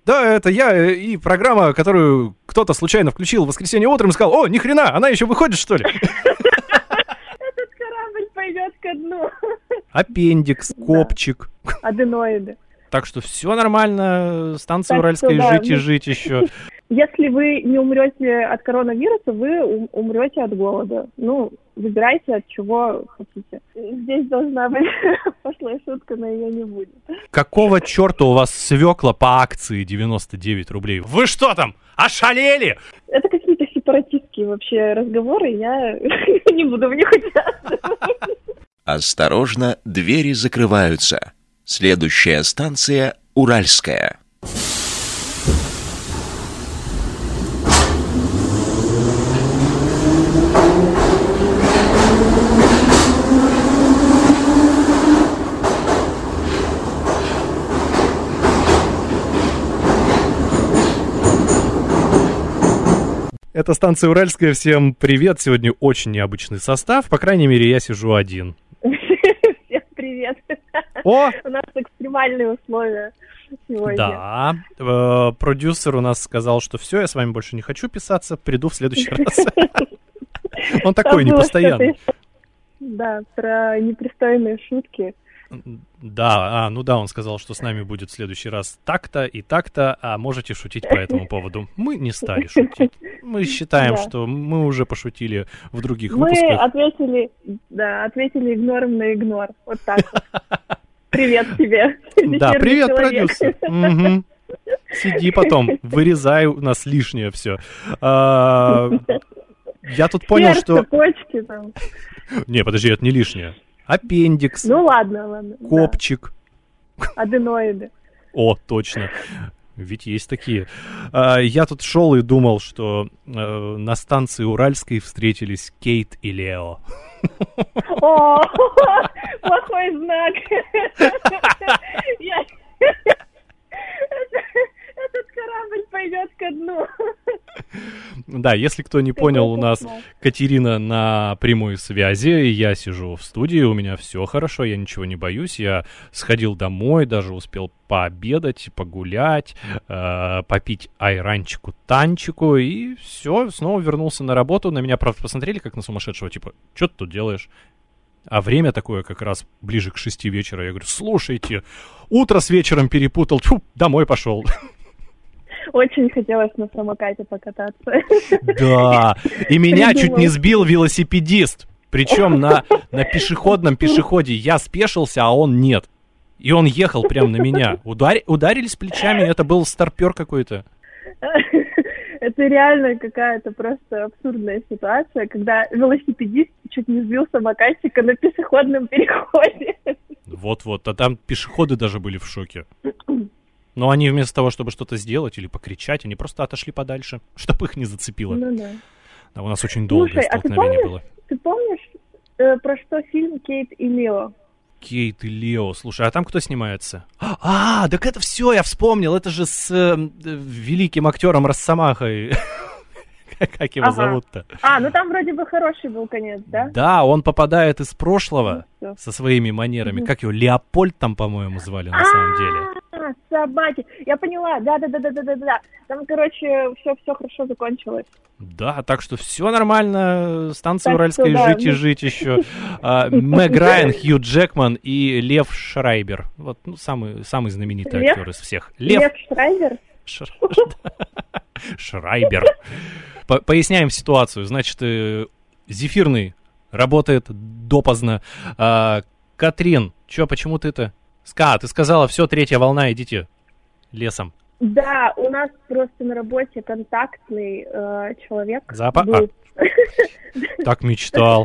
Да, это я и программа, которую кто-то случайно включил в воскресенье утром и сказал: о, ни хрена, она еще выходит, что ли? Этот корабль пойдет ко дну. Аппендикс, копчик. Аденоиды. Так что все нормально, станция Так Уральская, что, да, жить еще. Если вы не умрете от коронавируса, вы умрете от голода. Ну, выбирайте, от чего хотите. Здесь должна быть пошлая шутка, но ее не будет. Какого черта у вас свекла по акции 99 рублей? Вы что там, ошалели? Это какие-то сепаратистские вообще разговоры, я не буду в них участвовать. Осторожно, двери закрываются. Следующая станция – Уральская. Это станция Уральская, всем привет. Сегодня очень необычный состав, по крайней мере, я сижу один. Всем привет. О! У нас экстремальные условия сегодня. Да, продюсер у нас сказал, что все, я с вами больше не хочу писаться, приду в следующий раз. Он такой непостоянный. Да, про непристойные шутки. Да, он сказал, что с нами будет в следующий раз так-то и так-то, а можете шутить по этому поводу. Мы не стали шутить. Мы считаем, что мы уже пошутили в других выпусках. Мы ответили игнором на игнор. Вот так вот. Привет тебе. Да, привет, продюсер. Угу. Сиди потом, вырезай у нас лишнее все. Я тут понял, что... почки там. Не, подожди, это не лишнее. Аппендикс. Ну ладно. Копчик. Да. Аденоиды. О, точно. Ведь есть такие. Я тут шел и думал, что на станции Уральской встретились Кейт и Лео. О, плохой знак. Этот корабль пойдет ко дну. Да, если кто не понял, у нас Катерина на прямой связи, я сижу в студии, у меня все хорошо, я ничего не боюсь, я сходил домой, даже успел пообедать, погулять, попить айранчику-танчику, и все, снова вернулся на работу. На меня, правда, посмотрели как на сумасшедшего, типа, что ты тут делаешь? А время такое как раз ближе к 6 вечера. Я говорю: слушайте, утро с вечером перепутал, тьфу, домой пошел. Очень хотелось на самокате покататься. Да, и меня чуть не сбил велосипедист. Причем на пешеходном переходе. Я спешился, а он нет. И он ехал прямо на меня. Ударились плечами, это был старпер какой-то. Это реально какая-то просто абсурдная ситуация, когда велосипедист чуть не сбил самокатчика на пешеходном переходе. Вот-вот, а там пешеходы даже были в шоке. Но они вместо того, чтобы что-то сделать или покричать, они просто отошли подальше, чтобы их не зацепило. Ну да. А у нас очень долгое столкновение было. Ты помнишь, про что фильм «Кейт и Лео»? Кейт и Лео. Слушай, а там кто снимается? Так это все, я вспомнил. Это же с великим актером Росомахой. Как его зовут-то? Ну там вроде бы хороший был конец, да? Да, он попадает из прошлого со своими манерами. Как его? Леопольд там, по-моему, звали на самом деле. Собаки. Я поняла. Да. Там, короче, все хорошо закончилось. Да, так что все нормально. Станция Уральская, жить еще. Мэг Райан, Хью Джекман и Лев Шрайбер. Вот, самый знаменитый актер из всех. Лев Шрайбер? Шрайбер. Поясняем ситуацию. Значит, Зефирный работает допоздно. Катрин, почему ты-то? Ты сказала, все, третья волна, идите лесом. Да, у нас просто на работе контактный человек. Так мечтал.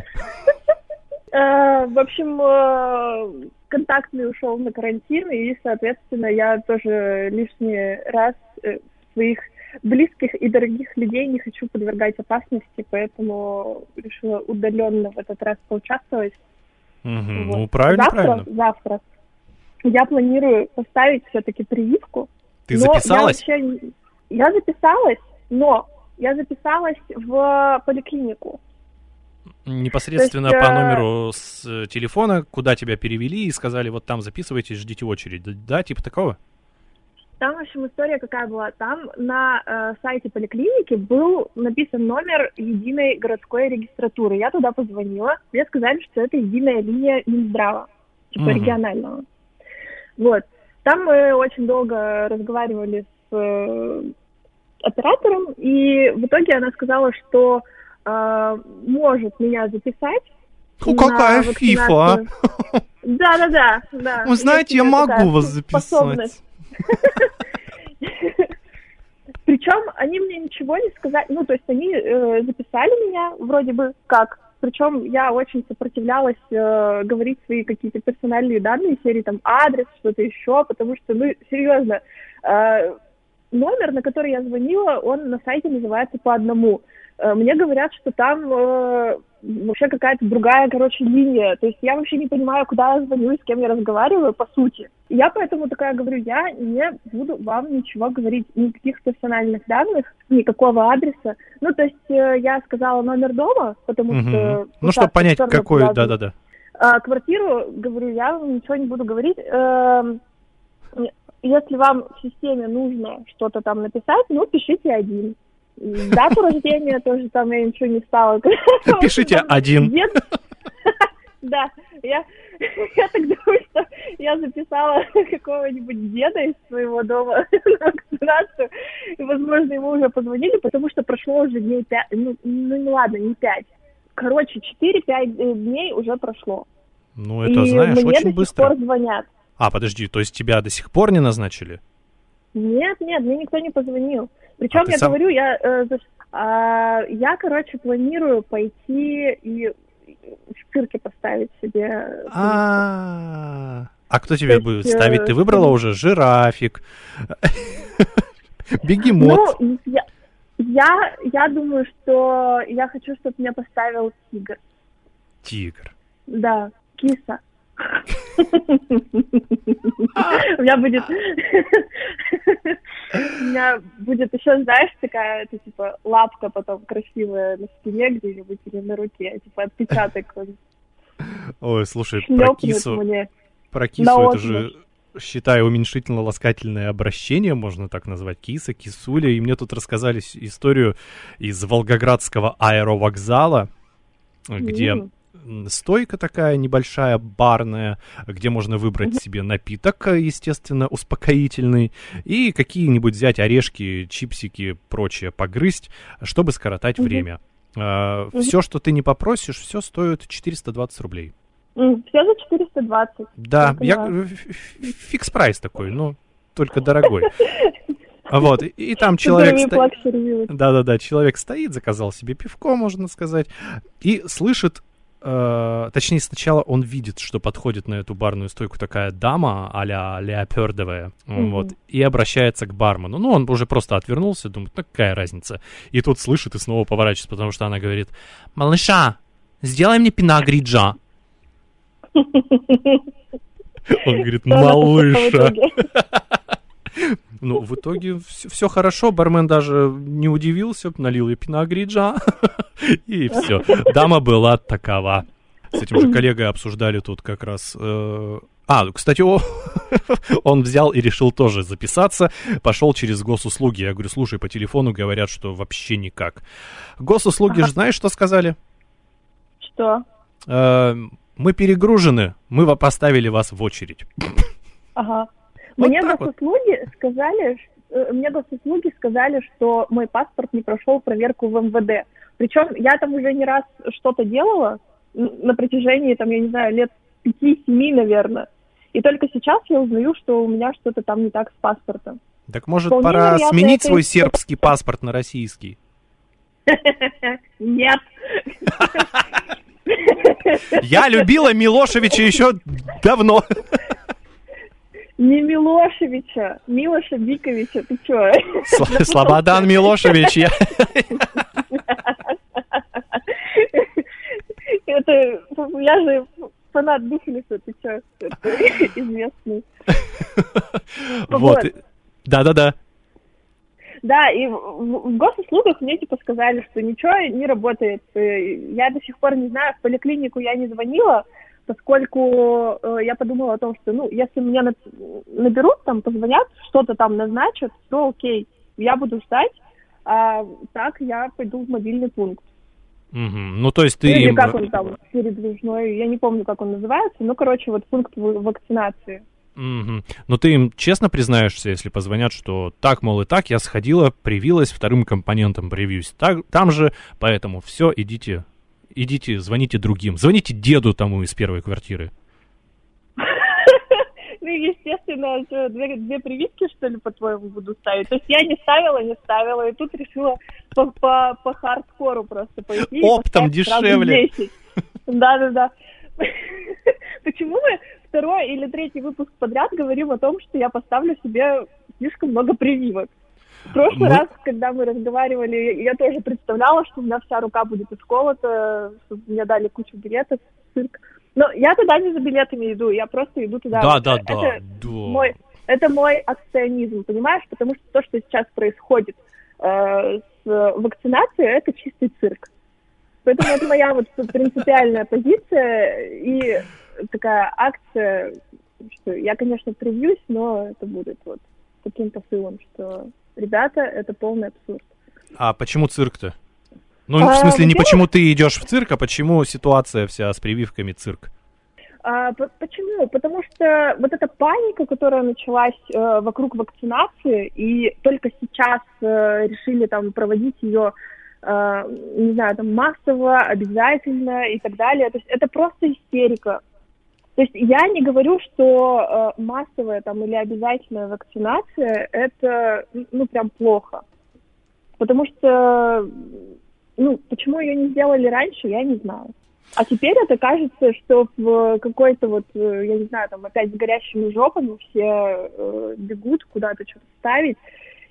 В общем, контактный ушел на карантин, и, соответственно, я тоже лишний раз своих близких и дорогих людей не хочу подвергать опасности, поэтому решила удаленно в этот раз поучаствовать. Ну, правильно. Завтра. Я планирую поставить все-таки прививку. Ты записалась? Я записалась, но я записалась в поликлинику. Непосредственно по номеру с телефона, куда тебя перевели и сказали, вот там записывайтесь, ждите очередь. Да, типа такого? Там, в общем, история какая была. Там на сайте поликлиники был написан номер единой городской регистратуры. Я туда позвонила. Мне сказали, что это единая линия Минздрава, типа регионального. Вот. Там мы очень долго разговаривали с оператором, и в итоге она сказала, что может меня записать. Какая фифа, а? Да. Вы знаете, я могу вас записать. Причем они мне ничего не сказали, ну, то есть они записали меня вроде бы как, причем я очень сопротивлялась говорить свои какие-то персональные данные, серии там адрес, что-то еще, потому что, ну, серьезно, номер, на который я звонила, он на сайте называется по одному. Мне говорят, что там вообще какая-то другая, линия. То есть я вообще не понимаю, куда я звоню и с кем я разговариваю, по сути. И я поэтому такая говорю, я не буду вам ничего говорить, никаких персональных данных, никакого адреса. Ну, то есть я сказала номер дома, потому что... Ну, чтобы понять, какой... Да. Квартиру, говорю, я вам ничего не буду говорить. Если вам в системе нужно что-то там написать, ну, пишите 1. Дату рождения тоже там я ничего не стала. Пишите 1. Да, я так думаю, что я записала какого-нибудь деда из своего дома на вакцинацию, и, возможно, ему уже позвонили, потому что прошло уже дней 5, ну ладно, не 5. 4-5 дней уже прошло. Ну, это, знаешь, очень быстро. И мне до сих пор звонят. Подожди, то есть тебя до сих пор не назначили? Нет, мне никто не позвонил. Причем я говорю, я, планирую пойти и в цирке поставить себе... А кто тебе будет ставить? Ты выбрала уже жирафик, бегемот. Ну, я думаю, что я хочу, чтобы меня поставил тигр. Тигр? Да, киса. У меня будет еще, знаешь, такая, это типа лапка потом красивая на спине где-нибудь или на руке, типа отпечаток. Ой, слушай, про кису это же, считай, уменьшительно-ласкательное обращение, можно так назвать, киса, кисуля. И мне тут рассказали историю из Волгоградского аэровокзала, где... стойка такая небольшая, барная, где можно выбрать себе напиток, естественно, успокоительный, и какие-нибудь взять орешки, чипсики, прочее погрызть, чтобы скоротать время. Все, что ты не попросишь, все стоит 420 рублей. Все за 420. Да, фикс-прайс такой, но только дорогой. Вот, и там человек стоит... Да, человек стоит, заказал себе пивко, можно сказать, и слышит, точнее, сначала он видит, что подходит на эту барную стойку такая дама а-ля леопардовая, вот, и обращается к бармену. Ну, он уже просто отвернулся, думает, ну, какая разница. И тут слышит и снова поворачивается, потому что она говорит, малыша, сделай мне пиногриджа. Он говорит, малыша. Ну, в итоге все хорошо, бармен даже не удивился, налил ей пиногриджа, и все. Дама была такова. С этим же коллегой обсуждали тут как раз... кстати, он взял и решил тоже записаться, пошел через госуслуги. Я говорю, слушай, по телефону говорят, что вообще никак. Госуслуги же знаешь, что сказали? Что? Мы перегружены, мы поставили вас в очередь. Ага. Мне госуслуги сказали, что мой паспорт не прошел проверку в МВД. Причем я там уже не раз что-то делала на протяжении, там, я не знаю, лет 5-7, наверное. И только сейчас я узнаю, что у меня что-то там не так с паспортом. Так может пора сменить свой сербский паспорт на российский? Нет. Я любила Милошевича еще давно. Не Милошевича, Милоша Биковича, ты чё? Слободан Милошевич, я... Я же фанат Духлиса, ты чё? Известный. Вот. Да. Да, и в госуслугах мне типа сказали, что ничего не работает. Я до сих пор не знаю, в поликлинику я не звонила, поскольку я подумала о том, что, ну, если меня наберут, там, позвонят, что-то там назначат, то окей, я буду ждать, а так я пойду в мобильный пункт. Ну, то есть ты... Или как он там, передвижной, я не помню, как он называется, ну, короче, вот пункт вакцинации. Но ты им честно признаешься, если позвонят, что так, мол, и так, я сходила, привилась, вторым компонентом привьюсь там же, поэтому все, идите, звоните другим. Звоните деду тому из первой квартиры. Ну, естественно, две прививки, что ли, по-твоему, буду ставить. То есть я не ставила, и тут решила по хардкору просто пойти. Оптом дешевле. Да. Почему мы второй или третий выпуск подряд говорим о том, что я поставлю себе слишком много прививок? В прошлый раз, когда мы разговаривали, я тоже представляла, что у меня вся рука будет исколота, чтобы мне дали кучу билетов в цирк. Но я туда не за билетами иду, я просто иду туда. Да. Это мой акционизм, понимаешь? Потому что то, что сейчас происходит с вакцинацией, это чистый цирк. Поэтому это моя вот принципиальная позиция и такая акция, что я, конечно, привьюсь, но это будет вот таким посылом, что, ребята, это полный абсурд. А почему цирк-то? Ну, в смысле, не почему ты идешь в цирк, а почему ситуация вся с прививками цирк? Почему? Потому что вот эта паника, которая началась вокруг вакцинации, и только сейчас решили там проводить ее, не знаю, там массово, обязательно и так далее. То есть это просто истерика. То есть я не говорю, что массовая там или обязательная вакцинация это, ну, прям плохо. Потому что, ну, почему ее не сделали раньше, я не знаю. А теперь это кажется, что в какой-то вот, я не знаю, там опять с горящими жопами все бегут куда-то что-то ставить.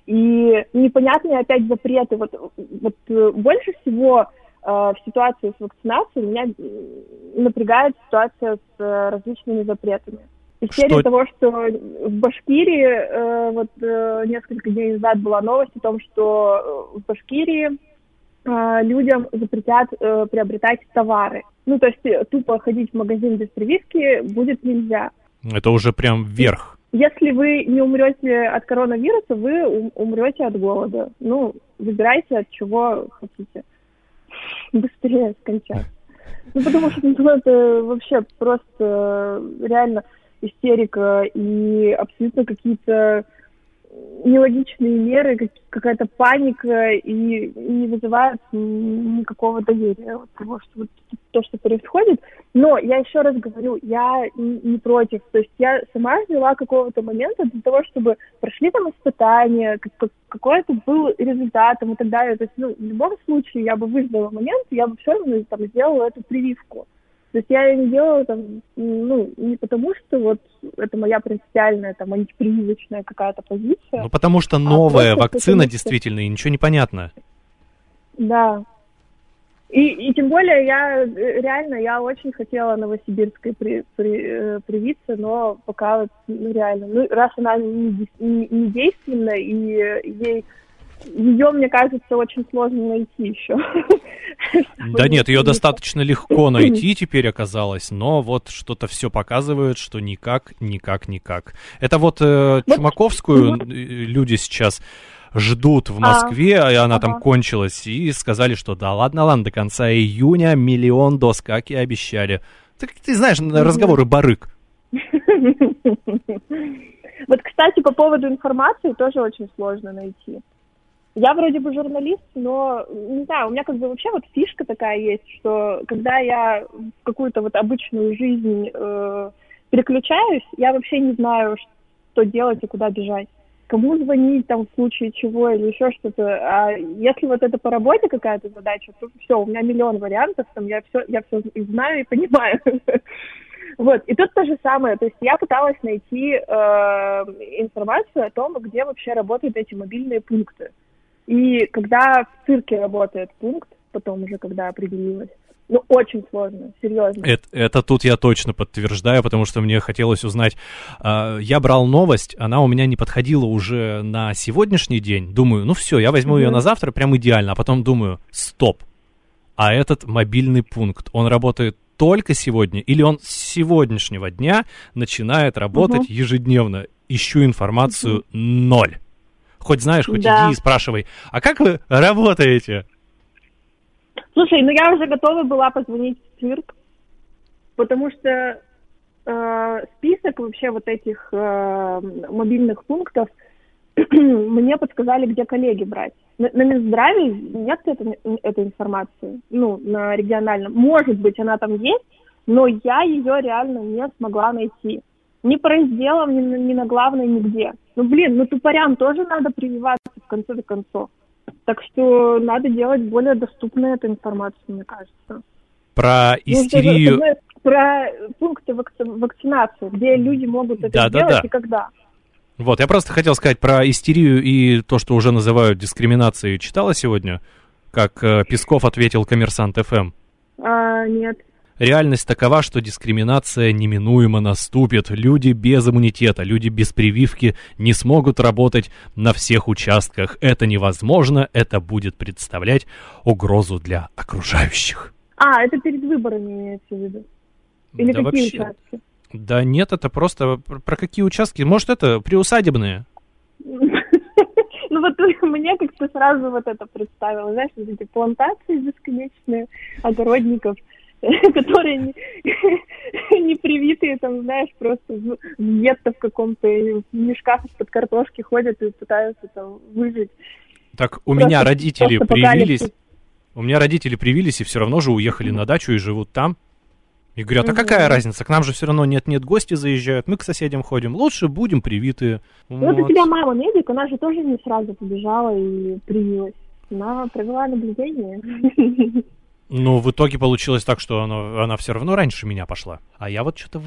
И непонятные опять запреты. Вот больше всего в ситуации с вакцинацией меня напрягает ситуация с различными запретами. Из серии того, что в Башкирии несколько дней назад была новость о том, что в Башкирии людям запретят приобретать товары. Ну, то есть тупо ходить в магазин без прививки будет нельзя. Это уже прям вверх. Если вы не умрете от коронавируса, вы умрете от голода. Ну, выбирайте, от чего хотите. Быстрее скончаться. Ну, потому что это вообще просто реально истерика и абсолютно какие-то нелогичные меры, какая-то паника и не вызывает никакого доверия от того, что вот то, что происходит. Но я еще раз говорю, я не против. То есть я сама ждала какого-то момента для того, чтобы прошли там испытания, какой-то был результат и так далее. То есть, ну, в любом случае я бы выждала момент, я бы все равно там сделала эту прививку. То есть я ее не делала там, ну, не потому, что вот это моя принципиальная там антипрививочная какая-то позиция. Ну, потому что новая вакцина действительно, и ничего не понятно. Да. И тем более я очень хотела Новосибирской привиться, но пока вот, ну, реально, ну, раз она не действенна, и ее, мне кажется, очень сложно найти еще. Да нет, ее достаточно легко найти теперь оказалось, но вот что-то все показывает, что никак. Это вот Чумаковскую люди сейчас ждут в Москве, и она там кончилась, и сказали, что да ладно, до конца июня 1 миллион доз, как и обещали. Ты знаешь, разговоры барыг. Вот, кстати, по поводу информации тоже очень сложно найти. Я вроде бы журналист, но, не знаю, у меня как бы вообще вот фишка такая есть, что когда я в какую-то вот обычную жизнь переключаюсь, я вообще не знаю, что делать и куда бежать. Кому звонить там в случае чего или еще что-то. А если вот это по работе какая-то задача, то все, у меня миллион вариантов, там я все знаю и понимаю. Вот, и тут то же самое, то есть я пыталась найти информацию о том, где вообще работают эти мобильные пункты. И когда в цирке работает пункт, потом уже когда определилась, ну, очень сложно, серьезно. Это тут я точно подтверждаю, потому что мне хотелось узнать. Я брал новость, она у меня не подходила уже на сегодняшний день. Думаю, ну все, я возьму ее на завтра, прям идеально. А потом думаю, стоп. А этот мобильный пункт, он работает только сегодня, или он с сегодняшнего дня начинает работать ежедневно? Ищу информацию ноль. Хоть знаешь, хоть иди и спрашивай, а как вы работаете? Слушай, ну я уже готова была позвонить в цирк, потому что список вообще вот этих мобильных пунктов мне подсказали, где коллеги брать. На Минздраве нет этой информации, ну, на региональном. Может быть, она там есть, но я ее реально не смогла найти. Ни по разделам, ни на главной, нигде. Ну, тупорям тоже надо прививаться в конце концов. Так что надо делать более доступной эту информацию, мне кажется. Про истерию... Про пункты вакцинации, где люди могут это сделать и когда. Вот, я просто хотел сказать про истерию и то, что уже называют дискриминацией. Читала сегодня, как Песков ответил «Коммерсант ФМ»? Нет. Реальность такова, что дискриминация неминуемо наступит. Люди без иммунитета, люди без прививки не смогут работать на всех участках. Это невозможно, это будет представлять угрозу для окружающих. Это перед выборами имеется в виду? Или да какие вообще... участки? Да нет, это просто про какие участки? Может, это приусадебные? Ну вот мне как-то сразу вот это представило, знаешь, вот эти плантации бесконечные огородников, которые не привитые, там, знаешь, просто в гетто в каком-то, в мешках из-под картошки ходят и пытаются там выжить. Так у меня родители привились. У меня родители привились и все равно же уехали на дачу и живут там. И говорят, а какая разница, к нам же все равно нет-нет, гости заезжают, мы к соседям ходим, лучше будем привитые. Вот у тебя мама медик, она же тоже не сразу побежала и привилась. Она провела наблюдение. Ну, в итоге получилось так, что она все равно раньше меня пошла. А я вот что-то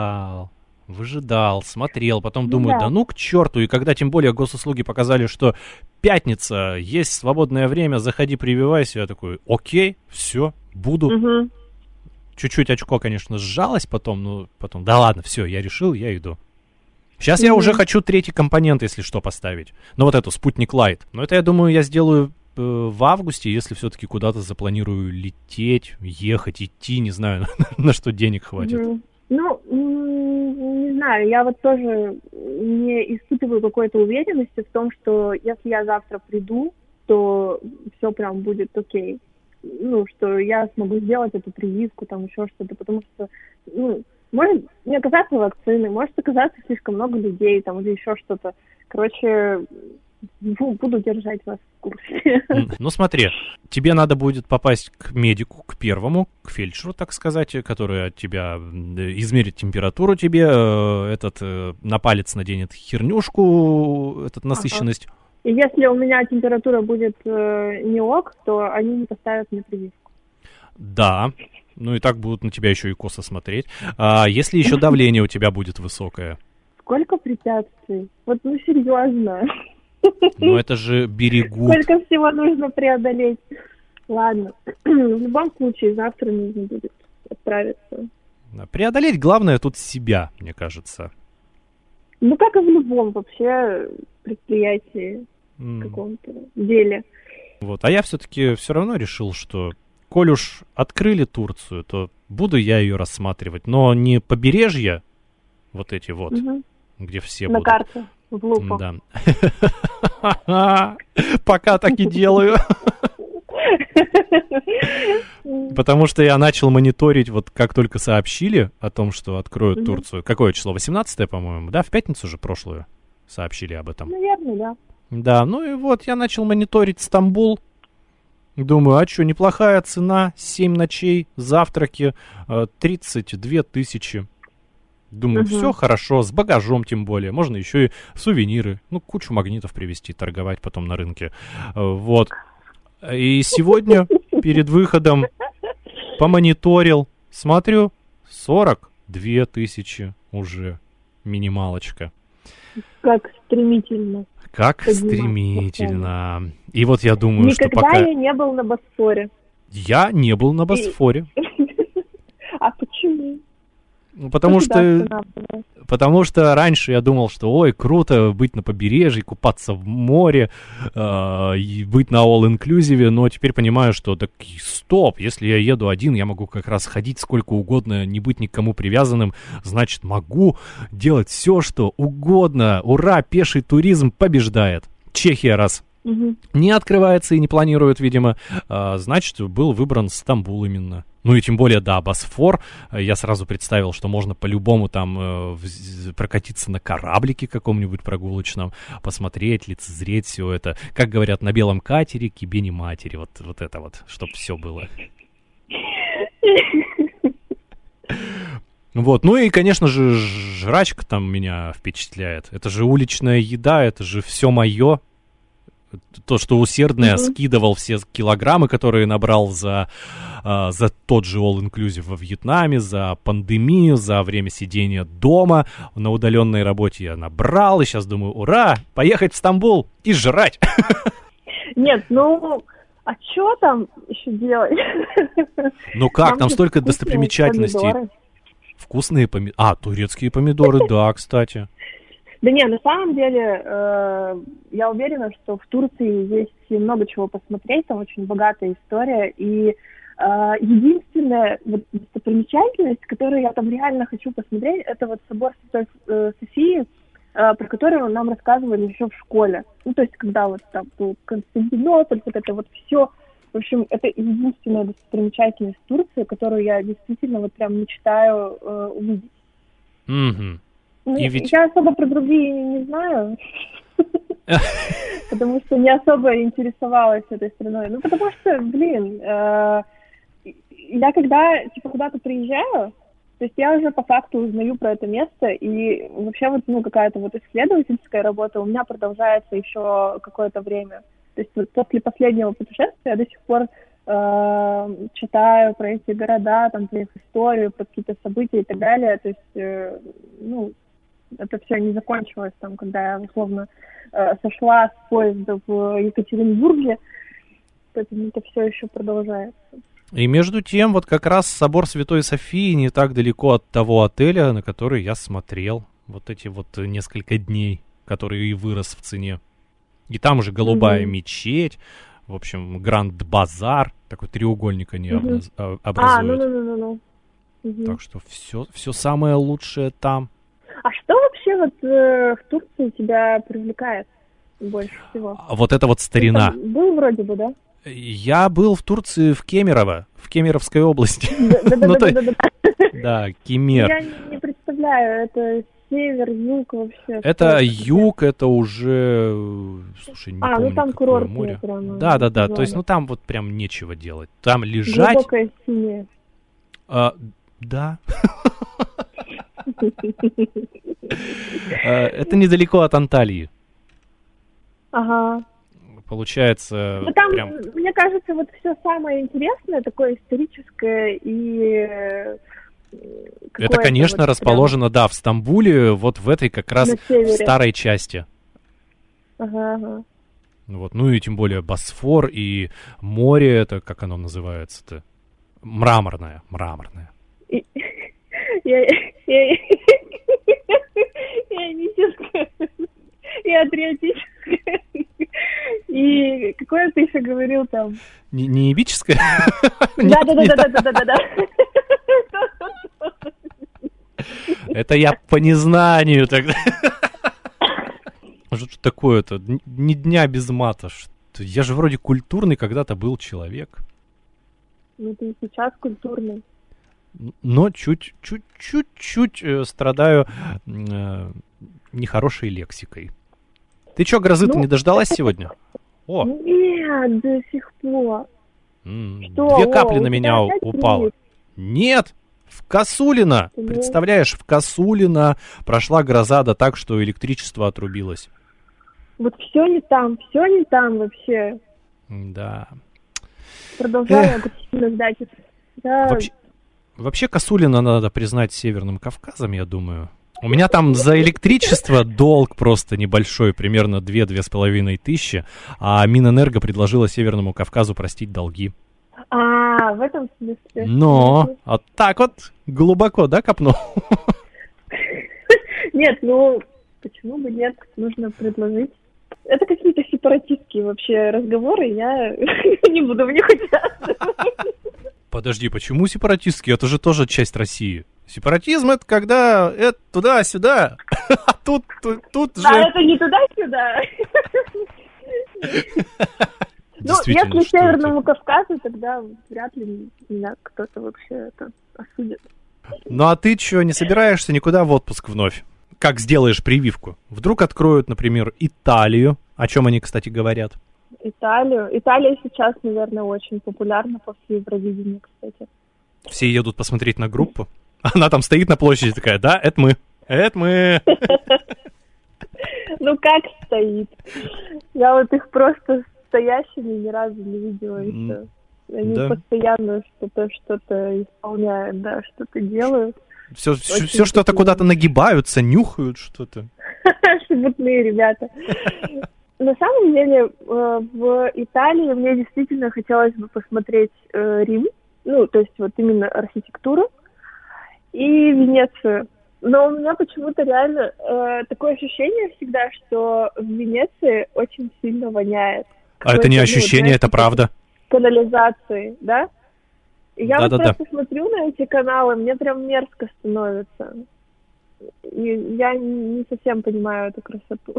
выжидал, смотрел, потом думаю, да ну к черту. И когда тем более госуслуги показали, что пятница, есть свободное время, заходи, прививайся, я такой, окей, все, буду. Чуть-чуть очко, конечно, сжалось потом, да ладно, все, я решил, я иду. Сейчас я уже хочу третий компонент, если что, поставить. Ну, вот эту, Спутник Лайт. Но это, я думаю, я сделаю в августе, если все-таки куда-то запланирую лететь, ехать, идти, не знаю, на что денег хватит. Ну, не знаю, я вот тоже не испытываю какой-то уверенности в том, что если я завтра приду, то все прям будет окей. Ну, что я смогу сделать эту прививку, там еще что-то, потому что, ну, может не оказаться вакцины, может оказаться слишком много людей, там, или еще что-то. Короче, буду держать вас в курсе. Ну, смотри, тебе надо будет попасть к медику, к первому, к фельдшеру, так сказать, который от тебя измерит температуру тебе, на палец наденет хернюшку, насыщенность. И если у меня температура будет не ок, то они не поставят мне прививку. Да, ну и так будут на тебя еще и косо смотреть. А если еще давление у тебя будет высокое? Сколько препятствий? Вот, ну, серьезно. Ну это же берегут. Сколько всего нужно преодолеть? Ладно, в любом случае завтра нужно будет отправиться. Преодолеть главное тут себя, мне кажется. Ну, как и в любом вообще предприятии, каком-то деле. Вот, а я все-таки все равно решил, что коль уж открыли Турцию, то буду я ее рассматривать. Но не побережье, вот эти вот, где все на будут. На карте, в лупу. Да. Пока так и делаю. Потому что я начал мониторить, вот как только сообщили о том, что откроют Турцию. Какое число? 18-е, по-моему, да? В пятницу же прошлую сообщили об этом. Наверное, да. Да, ну и вот я начал мониторить Стамбул. Думаю, а что, неплохая цена, 7 ночей, завтраки, 32 тысячи. Думаю, все хорошо, с багажом тем более. Можно еще и сувениры, ну, кучу магнитов привезти, торговать потом на рынке. Вот. И сегодня перед выходом помониторил, смотрю, 42 тысячи уже, минималочка. Как стремительно. Как стремительно. И вот я думаю, никогда что пока... я не был на Босфоре. Я не был на Босфоре. А почему? Потому что раньше я думал, что ой, круто быть на побережье, купаться в море, и быть на all-inclusive, но теперь понимаю, что так стоп, если я еду один, я могу как раз ходить сколько угодно, не быть никому привязанным, значит могу делать все, что угодно. Ура, пеший туризм побеждает. Чехия раз не открывается и не планирует, видимо, значит был выбран Стамбул именно. Ну и тем более, да, Босфор. Я сразу представил, что можно по-любому там прокатиться на кораблике каком-нибудь прогулочном, посмотреть, лицезреть все это. Как говорят, на белом катере к ебени матери. Вот это вот, чтобы все было. Вот, ну и, конечно же, жрачка там меня впечатляет. Это же уличная еда, это же все мое. То, что усердно я скидывал все килограммы, которые набрал за тот же all-inclusive во Вьетнаме, за пандемию, за время сидения дома. На удаленной работе я набрал, и сейчас думаю, ура, поехать в Стамбул и жрать. Нет, ну, а что там еще делать? Ну как, там столько достопримечательностей. Вкусные помидоры. А, турецкие помидоры, да, кстати. Да не, на самом деле, я уверена, что в Турции есть много чего посмотреть, там очень богатая история, и единственная вот достопримечательность, которую я там реально хочу посмотреть, это вот собор Святой Софии, про который нам рассказывали еще в школе. Ну, то есть, когда вот там был Константинополь, вот это вот все. В общем, это единственная достопримечательность Турции, которую я действительно вот прям мечтаю увидеть. Mm-hmm. Я особо про другие не знаю, потому что не особо интересовалась этой страной. Ну, потому что, блин, я когда, типа, куда-то приезжаю, то есть я уже по факту узнаю про это место, и вообще вот, ну, какая-то вот исследовательская работа у меня продолжается еще какое-то время. То есть вот после последнего путешествия я до сих пор читаю про эти города, там, про их историю, про какие-то события и так далее. То есть, ну, это все не закончилось, там, когда я, условно, сошла с поезда в Екатеринбурге, поэтому это все еще продолжается. И между тем, вот как раз собор Святой Софии не так далеко от того отеля, на который я смотрел вот эти вот несколько дней, который и вырос в цене. И там уже голубая мечеть, в общем, Гранд-базар, такой треугольник они образуют. Так что все самое лучшее там. А что вообще вот в Турции тебя привлекает больше всего? Вот это вот старина. Ты был вроде бы, да? Я был в Турции, в Кемерово, в Кемеровской области. Да, Кемер. Я не представляю, это север, юг вообще. Это юг, это уже, слушай, не помню, ну там какое море. Да, то есть, ну там вот прям нечего делать. Там лежать... Глубокое синее. Да. Это недалеко от Анталии. Ага. Получается, ну, там, прям... мне кажется, вот все самое интересное, такое историческое и... Это, конечно, вот расположено, прям... да, в Стамбуле, вот в этой как раз в старой части. Ага. Вот, ну и тем более Босфор и море, это как оно называется-то? Мраморное. Ионическое и адриатическое. И какое ты еще говорил там? Не ебическое? Да. Это я по незнанию тогда. Что такое-то? Ни дня без мата. Я же вроде культурный когда-то был человек. Ну ты сейчас культурный. Но чуть-чуть страдаю нехорошей лексикой. Ты чё, грозы-то не дождалась сегодня? О. Нет, до сих пор. Что? 2 капли на меня упало. Нет, в Косулино. Представляешь, в Косулино прошла гроза, да так, что электричество отрубилось. Вот все не там вообще. Да. Продолжаю агрессивно ждать. Вообще Косулино надо признать Северным Кавказом, я думаю. У меня там за электричество долг просто небольшой, примерно 2-2,5 тысячи, а Минэнерго предложила Северному Кавказу простить долги. в этом смысле. Но, вот так вот глубоко, да, копнул? Нет, ну, почему бы нет, нужно предложить. Это какие-то сепаратистские вообще разговоры, я не буду в них участвовать. Подожди, почему сепаратистские? Это же тоже часть России. Сепаратизм — это когда это туда-сюда, а тут же... А это не туда-сюда. Ну, если Северному Кавказу, тогда вряд ли меня кто-то вообще это осудит. Ну а ты что, не собираешься никуда в отпуск вновь? Как сделаешь прививку? Вдруг откроют, например, Италию, о чем они, кстати, говорят. Италию? Италия сейчас, наверное, очень популярна после Евровидения, кстати. Все едут посмотреть на группу? Она там стоит на площади такая, да, это мы. Это мы. Ну как стоит? Я вот их просто стоящими ни разу не видела еще. Они постоянно что-то исполняют, да, что-то делают. Все что-то куда-то нагибаются, нюхают что-то. Шебутные ребята. На самом деле, в Италии мне действительно хотелось бы посмотреть Рим, ну, то есть вот именно архитектуру, и Венецию. Но у меня почему-то реально такое ощущение всегда, что в Венеции очень сильно воняет. А это не ощущение, это правда. Канализации, да? И я вот просто смотрю на эти каналы, мне прям мерзко становится. И я не совсем понимаю эту красоту.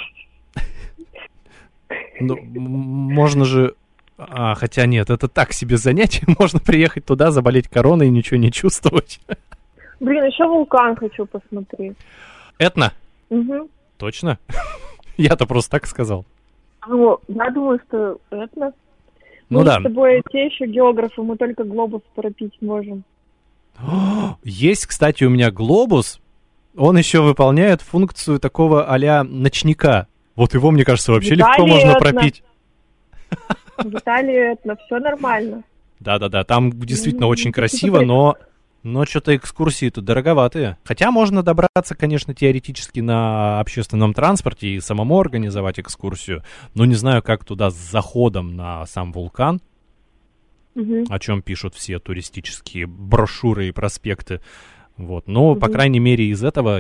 Ну, можно же... хотя нет, это так себе занятие. Можно приехать туда, заболеть короной и ничего не чувствовать. Блин, еще вулкан хочу посмотреть. Этна? Угу. Точно? Я-то просто так сказал. Ну, я думаю, что Этна. Ну мы да. с тобой те еще географы, мы только глобус пропить можем. Есть, кстати, у меня глобус. Он еще выполняет функцию такого а-ля ночника. Вот его, мне кажется, вообще легко можно пропить. В Италии Этна, все нормально. Да-да-да, там действительно очень красиво, но что-то экскурсии тут дороговатые. Хотя можно добраться, конечно, теоретически на общественном транспорте и самому организовать экскурсию. Но не знаю, как туда с заходом на сам вулкан, о чем пишут все туристические брошюры и проспекты. Вот. Но, по крайней мере, из этого,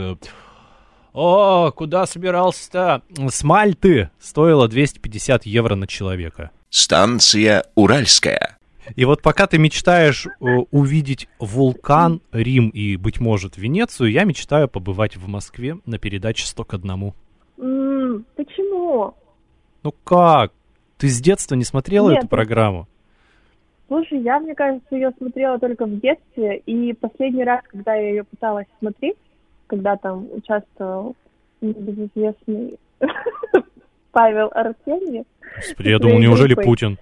куда собирался-то? С Мальты стоило 250 евро на человека. Станция Уральская. И вот пока ты мечтаешь увидеть вулкан, Рим и, быть может, Венецию, я мечтаю побывать в Москве на передаче «100 к 1». Почему? Ну как? Ты с детства не смотрела эту программу? Слушай, я, мне кажется, ее смотрела только в детстве, и последний раз, когда я ее пыталась смотреть, когда там участвовал небезызвестный Павел Артемьев. Господи, я думал, неужели Путин?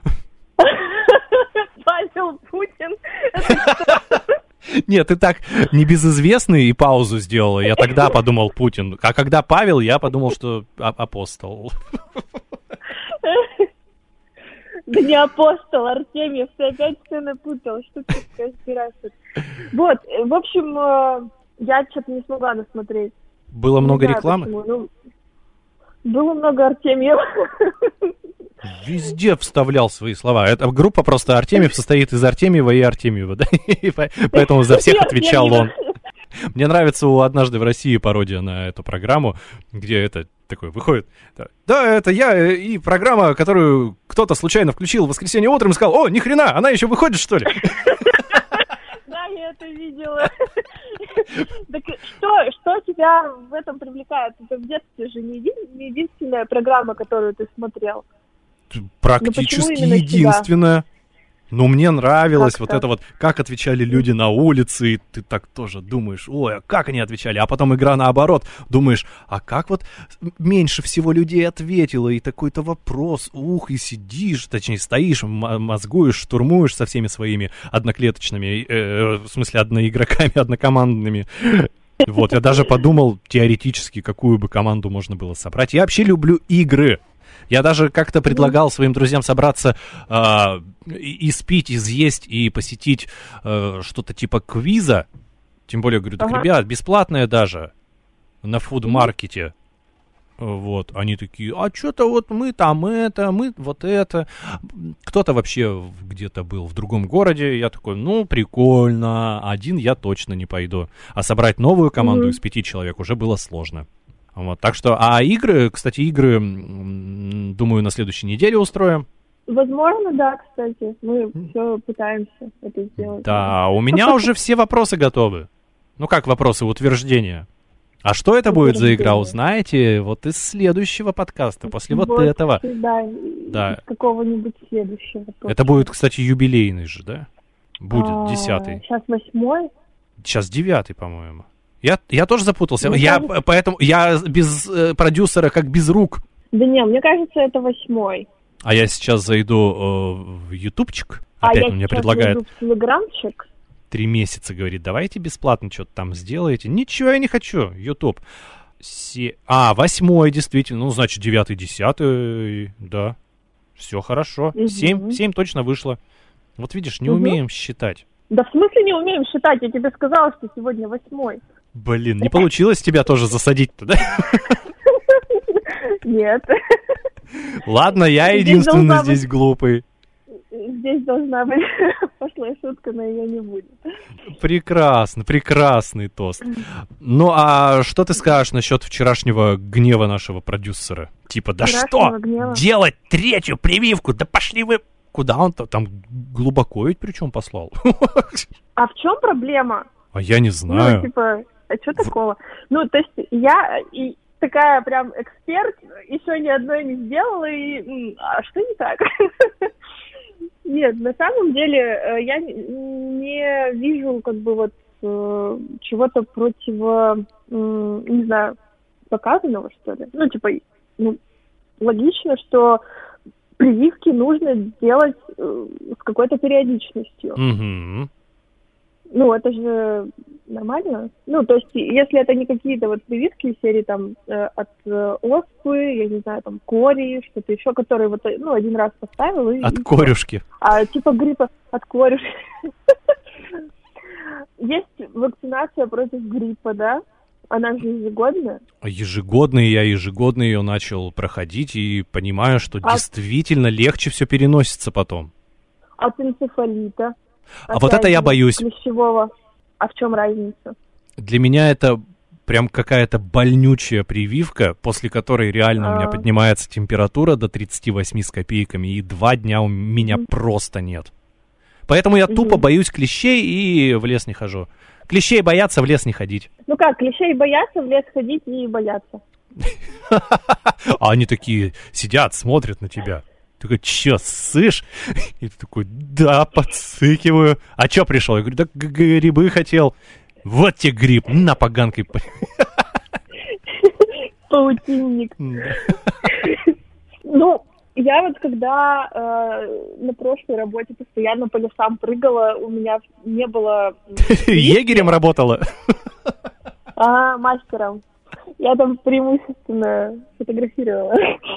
Павел Путин? Нет, ты так небезызвестный и паузу сделала. Я тогда подумал Путин. А когда Павел, я подумал, что апостол. Да не апостол, Артемьев, ты опять все напутал. Что ты разбираешься? Вот, в общем, я что-то не смогла досмотреть. Было много рекламы? Было много Артемьева. Везде вставлял свои слова. Эта группа просто Артемьев состоит из Артемьева и Артемьева, да? И поэтому за всех отвечал он. Мне нравится у «Однажды в России» пародия на эту программу, где это такой выходит. Да, это я и программа, которую кто-то случайно включил в воскресенье утром и сказал: о, ни хрена, она еще выходит, что ли? Да, я это видела. Так что тебя в этом привлекает? Это в детстве же не единственная программа, которую ты смотрел. Практически единственная. Но мне нравилось вот это вот, как отвечали люди на улице, и ты так тоже думаешь, ой, а как они отвечали? А потом игра наоборот, думаешь, а как вот меньше всего людей ответило, и такой-то вопрос, и сидишь, точнее стоишь, мозгуешь, штурмуешь со всеми своими одноклеточными, в смысле одноигроками, однокомандными. Вот, я даже подумал теоретически, какую бы команду можно было собрать. Я вообще люблю игры. Я даже как-то предлагал своим друзьям собраться и спить, и съесть, и посетить что-то типа квиза. Тем более, говорю, так, ребят, бесплатное даже на фуд-маркете. Вот, они такие, а что-то вот мы там это, мы вот это. Кто-то вообще где-то был в другом городе, я такой, ну, прикольно, один я точно не пойду. А собрать новую команду из 5 человек уже было сложно. Вот, так что, кстати, думаю, на следующей неделе устроим. Возможно, да, кстати, мы все пытаемся это сделать. Да, у меня уже все вопросы готовы. Ну, как вопросы, утверждения. А что это будет за игра, узнаете вот из следующего подкаста, после вот этого. Да, из какого-нибудь следующего. Это будет, кстати, юбилейный же, да? Будет 10-й. Сейчас 8-й? Сейчас 9-й, по-моему. Я тоже запутался. Поэтому я без продюсера как без рук. Да не, мне кажется, это 8-й. А я сейчас зайду в ютубчик. Опять он мне предлагает. Зайду в телеграмчик. 3 месяца, говорит, давайте бесплатно что-то там сделаете. Ничего я не хочу, YouTube. 8-й, действительно. Ну, значит, 9-й, 10-й, да. Все хорошо. 7 точно вышло. Вот видишь, не умеем считать. Да в смысле не умеем считать? Я тебе сказала, что сегодня 8-й. Блин, не получилось тебя тоже засадить-то, да? Нет. Ладно, я единственный здесь глупый. Здесь должна быть пошлая шутка, но ее не будет. Прекрасно, прекрасный тост. Ну, а что ты скажешь насчет вчерашнего гнева нашего продюсера? Типа, да что? Гнева? Делать 3-ю прививку? Да пошли вы... Куда он-то? Там глубоко ведь причем послал. А в чем проблема? А я не знаю. Ну, типа, а что такого? Ну, то есть я... такая прям эксперт, еще ни одной не сделала, и... А что не так? Нет, на самом деле я не вижу как бы вот чего-то не знаю, показанного, что ли. Ну, типа, логично, что прививки нужно делать с какой-то периодичностью. Mm-hmm. Ну, это же нормально. Ну, то есть, если это не какие-то вот прививки из серии там от оспы, я не знаю, там, кори, что-то еще, которые вот, один раз поставил и... От корюшки. Типа гриппа от корюшки. Есть вакцинация против гриппа, да? Она же ежегодная. Я ежегодно ее начал проходить и понимаю, что действительно легче все переносится потом. От энцефалита. Вот это я боюсь. Клещевого. А в чем разница? Для меня это прям какая-то больнючая прививка, после которой реально у меня поднимается температура до 38 с копейками, и 2 дня у меня просто нет. Поэтому я тупо боюсь клещей и в лес не хожу. Клещей боятся, в лес не ходить. Ну как, клещей боятся, в лес ходить и боятся. А они такие сидят, смотрят на тебя. Ты такой, чё, ссышь? И ты такой, да, подсыкиваю. А чё пришел? Я говорю, да грибы хотел. Вот тебе гриб, на поганкой. Паутинник. Ну, я вот когда на прошлой работе постоянно по лесам прыгала, у меня не было... Егерем работала? Мастером. Я там преимущественно фотографировала.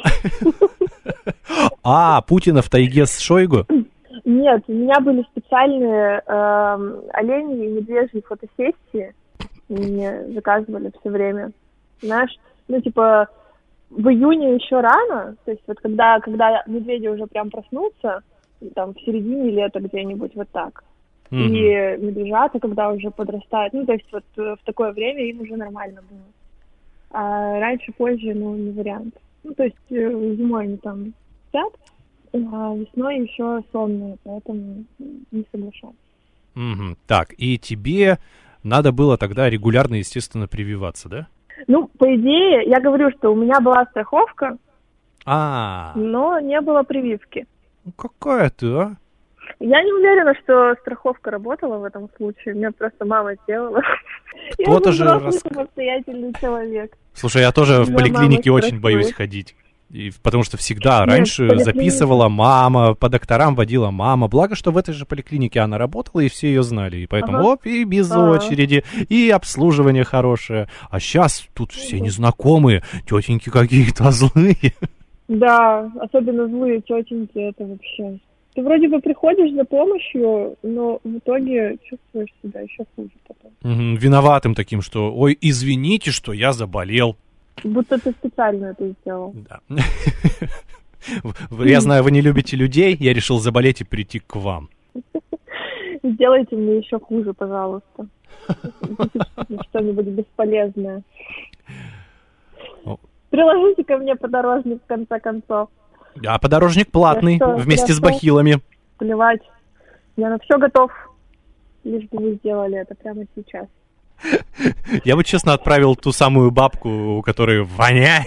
Путина в тайге с Шойгу? Нет, у меня были специальные олени и медвежьи фотосессии. Мне заказывали все время. Знаешь, типа, в июне еще рано, то есть вот когда медведи уже прям проснутся, там, в середине лета где-нибудь вот так. И медвежата, когда уже подрастают, то есть вот в такое время им уже нормально было. А раньше, позже, не вариант. То есть зимой они там спят, а весной еще сонные, поэтому не соглашаюсь. Так, и тебе надо было тогда регулярно, естественно, прививаться, да? По идее, я говорю, что у меня была страховка, но не было прививки. Какая ты, а? Я не уверена, что страховка работала в этом случае. Мне просто мама сделала. Кто-то же самостоятельный человек. Слушай, я тоже в поликлинике очень боюсь ходить. Потому что всегда раньше записывала мама, по докторам водила мама. Благо, что в этой же поликлинике она работала, и все ее знали. И поэтому, и без очереди, и обслуживание хорошее. А сейчас тут все незнакомые, тетеньки какие-то злые. Да, особенно злые тетеньки, это вообще... Ты вроде бы приходишь за помощью, но в итоге чувствуешь себя еще хуже потом. Виноватым таким, что, ой, извините, что я заболел. Будто ты специально это сделал. Да. Я знаю, вы не любите людей, я решил заболеть и прийти к вам. Сделайте мне еще хуже, пожалуйста. Что-нибудь бесполезное. Приложите ко мне подорожник, в конце концов. А подорожник платный, вместе с бахилами. Плевать. Я на все готов, лишь бы вы сделали это прямо сейчас. Я бы, честно, отправил ту самую бабку, у которой воняет.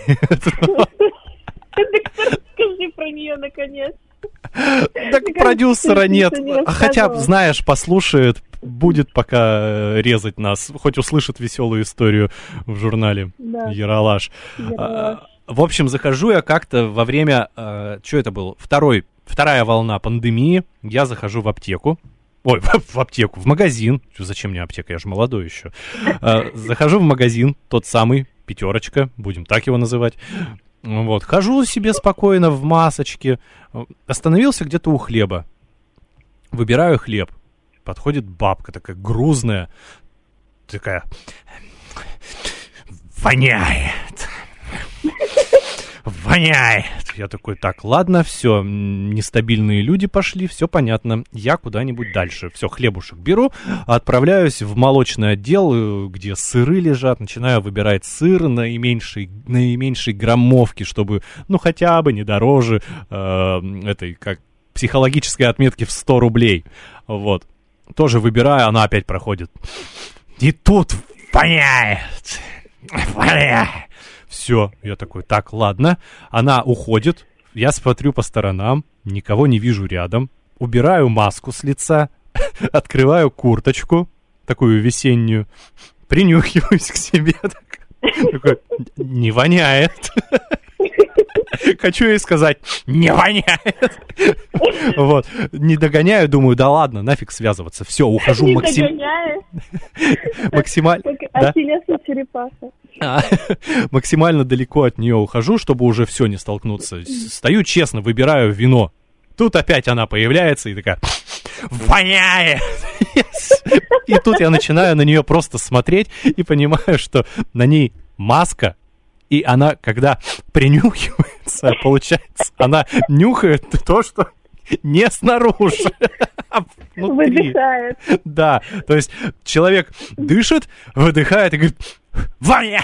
Скажи про нее, наконец. Так продюсера нет. Хотя, знаешь, послушает, будет пока резать нас. Хоть услышит веселую историю в журнале «Ералаш». В общем, захожу я как-то во время... Что это было? Вторая волна пандемии. Я захожу в аптеку. Ой, в аптеку, в магазин. Зачем мне аптека? Я же молодой еще. Захожу в магазин, тот самый, «Пятерочка», будем так его называть. Вот, хожу себе спокойно в масочке. Остановился где-то у хлеба. Выбираю хлеб. Подходит бабка такая грузная. Такая... Воняет. Воняет. Я такой, так, ладно, все, нестабильные люди пошли, все понятно, я куда-нибудь дальше. Все, хлебушек беру, отправляюсь в молочный отдел, где сыры лежат, начинаю выбирать сыр наименьшей граммовки, чтобы, ну, хотя бы не дороже этой, как, психологической отметки в 100 рублей. Вот. Тоже выбираю, она опять проходит. И тут воняет. Воняет. Все, я такой, так, ладно. Она уходит, я смотрю по сторонам, никого не вижу рядом. Убираю маску с лица, открываю курточку, такую весеннюю, принюхиваюсь к себе. Такой, не воняет. Хочу ей сказать, не воняет. Вот, не догоняю, думаю, да ладно, нафиг связываться. Все, ухожу максимально. Максимально далеко от нее ухожу, чтобы уже все не столкнуться. Стою честно, выбираю вино. Тут опять она появляется и такая, воняет. И тут я начинаю на нее просто смотреть и понимаю, что на ней маска. И она, когда принюхивается, получается, она нюхает то, что не снаружи, а внутри. Выдыхает. Да, то есть человек дышит, выдыхает и говорит, воняет.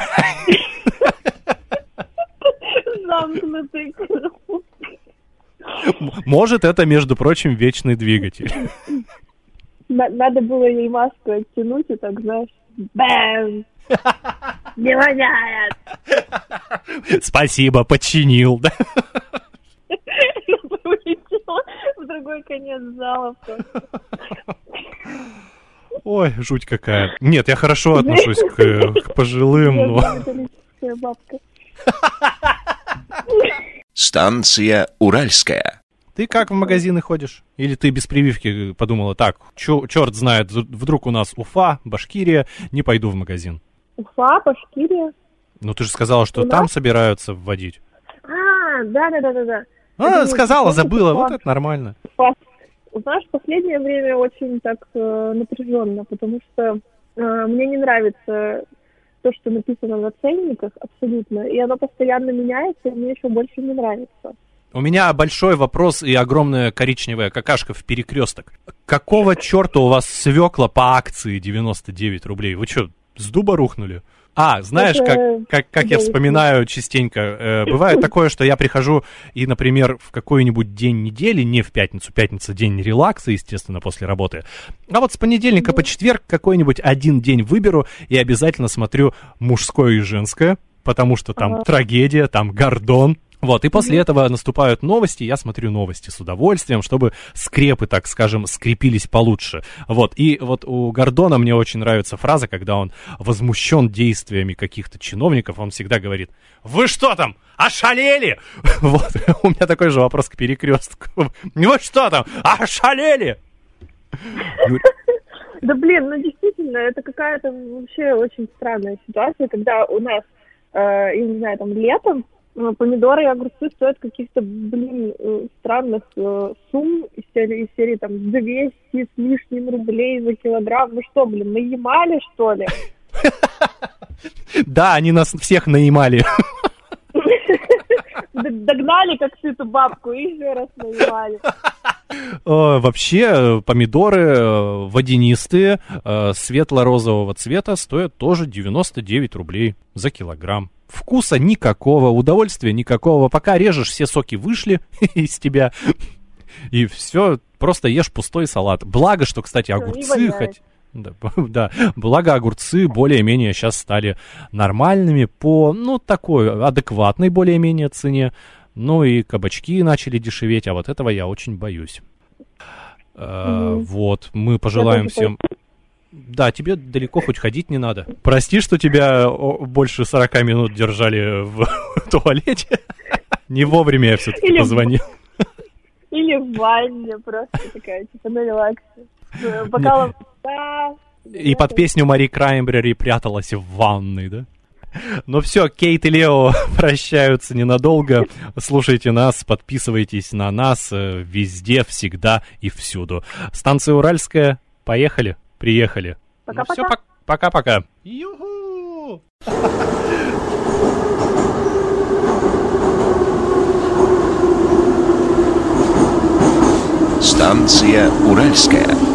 Замкнутый круг. Может, это, между прочим, вечный двигатель. Надо было ей маску оттянуть и так, знаешь, бэм! Не воняет! Спасибо, починил, да? Улетела в другой конец зала. Ой, жуть какая. Нет, я хорошо отношусь к пожилым, но... Станция Уральская. Ты как в магазины ходишь? Или ты без прививки подумала, так, черт знает, вдруг у нас Уфа, Башкирия, не пойду в магазин? Уфа, Башкирия. Ну ты же сказала, что там собираются вводить. Да. Сказала, забыла, вот это нормально. Знаешь, в последнее время очень так напряженно, потому что мне не нравится то, что написано на ценниках, абсолютно, и оно постоянно меняется, и мне еще больше не нравится. У меня большой вопрос и огромная коричневая какашка в перекресток. Какого черта у вас свекла по акции 99 рублей? Вы что, с дуба рухнули? Знаешь, как я вспоминаю частенько, бывает такое, что я прихожу и, например, в какой-нибудь день недели, не в пятницу, пятница день релакса, естественно, после работы, а вот с понедельника по четверг какой-нибудь один день выберу и обязательно смотрю мужское и женское, потому что там трагедия, там гордон. Вот, и после этого наступают новости, я смотрю новости с удовольствием, чтобы скрепы, так скажем, скрепились получше. Вот, и вот у Гордона мне очень нравится фраза, когда он возмущен действиями каких-то чиновников, он всегда говорит, вы что там, ошалели? Вот, у меня такой же вопрос к перекрестку. Вы что там, ошалели? Да блин, ну действительно, это какая-то вообще очень странная ситуация, когда у нас, я не знаю, там летом, помидоры и огурцы стоят каких-то, странных сумм из серии там 200 с лишним рублей за килограмм. Ну что, на Ямале, что ли? Да, они нас всех наимали. Догнали, как ты эту бабку, и еще раз наимали. Вообще, помидоры водянистые, светло-розового цвета стоят тоже 99 рублей за килограмм. Вкуса никакого, удовольствия никакого. Пока режешь, все соки вышли из тебя. И все, просто ешь пустой салат. Благо, что, кстати, огурцы да, благо огурцы более-менее сейчас стали нормальными по, такой адекватной более-менее цене. Ну и кабачки начали дешеветь, а вот этого я очень боюсь. Вот, мы пожелаем всем... Да, тебе далеко хоть ходить не надо. Прости, что тебя больше 40 минут держали в туалете. Не вовремя я все-таки позвонил. Или в ванне, просто такая, типа, на релаксе. Бокалом... И под песню Мари Краймбрери пряталась в ванной, да? Ну все, Кейт и Лео прощаются ненадолго. Слушайте нас, подписывайтесь на нас везде, всегда и всюду. Станция Уральская. Поехали, приехали. Пока-пока. Ну, все, пока-пока. Ю-ху! Станция Уральская.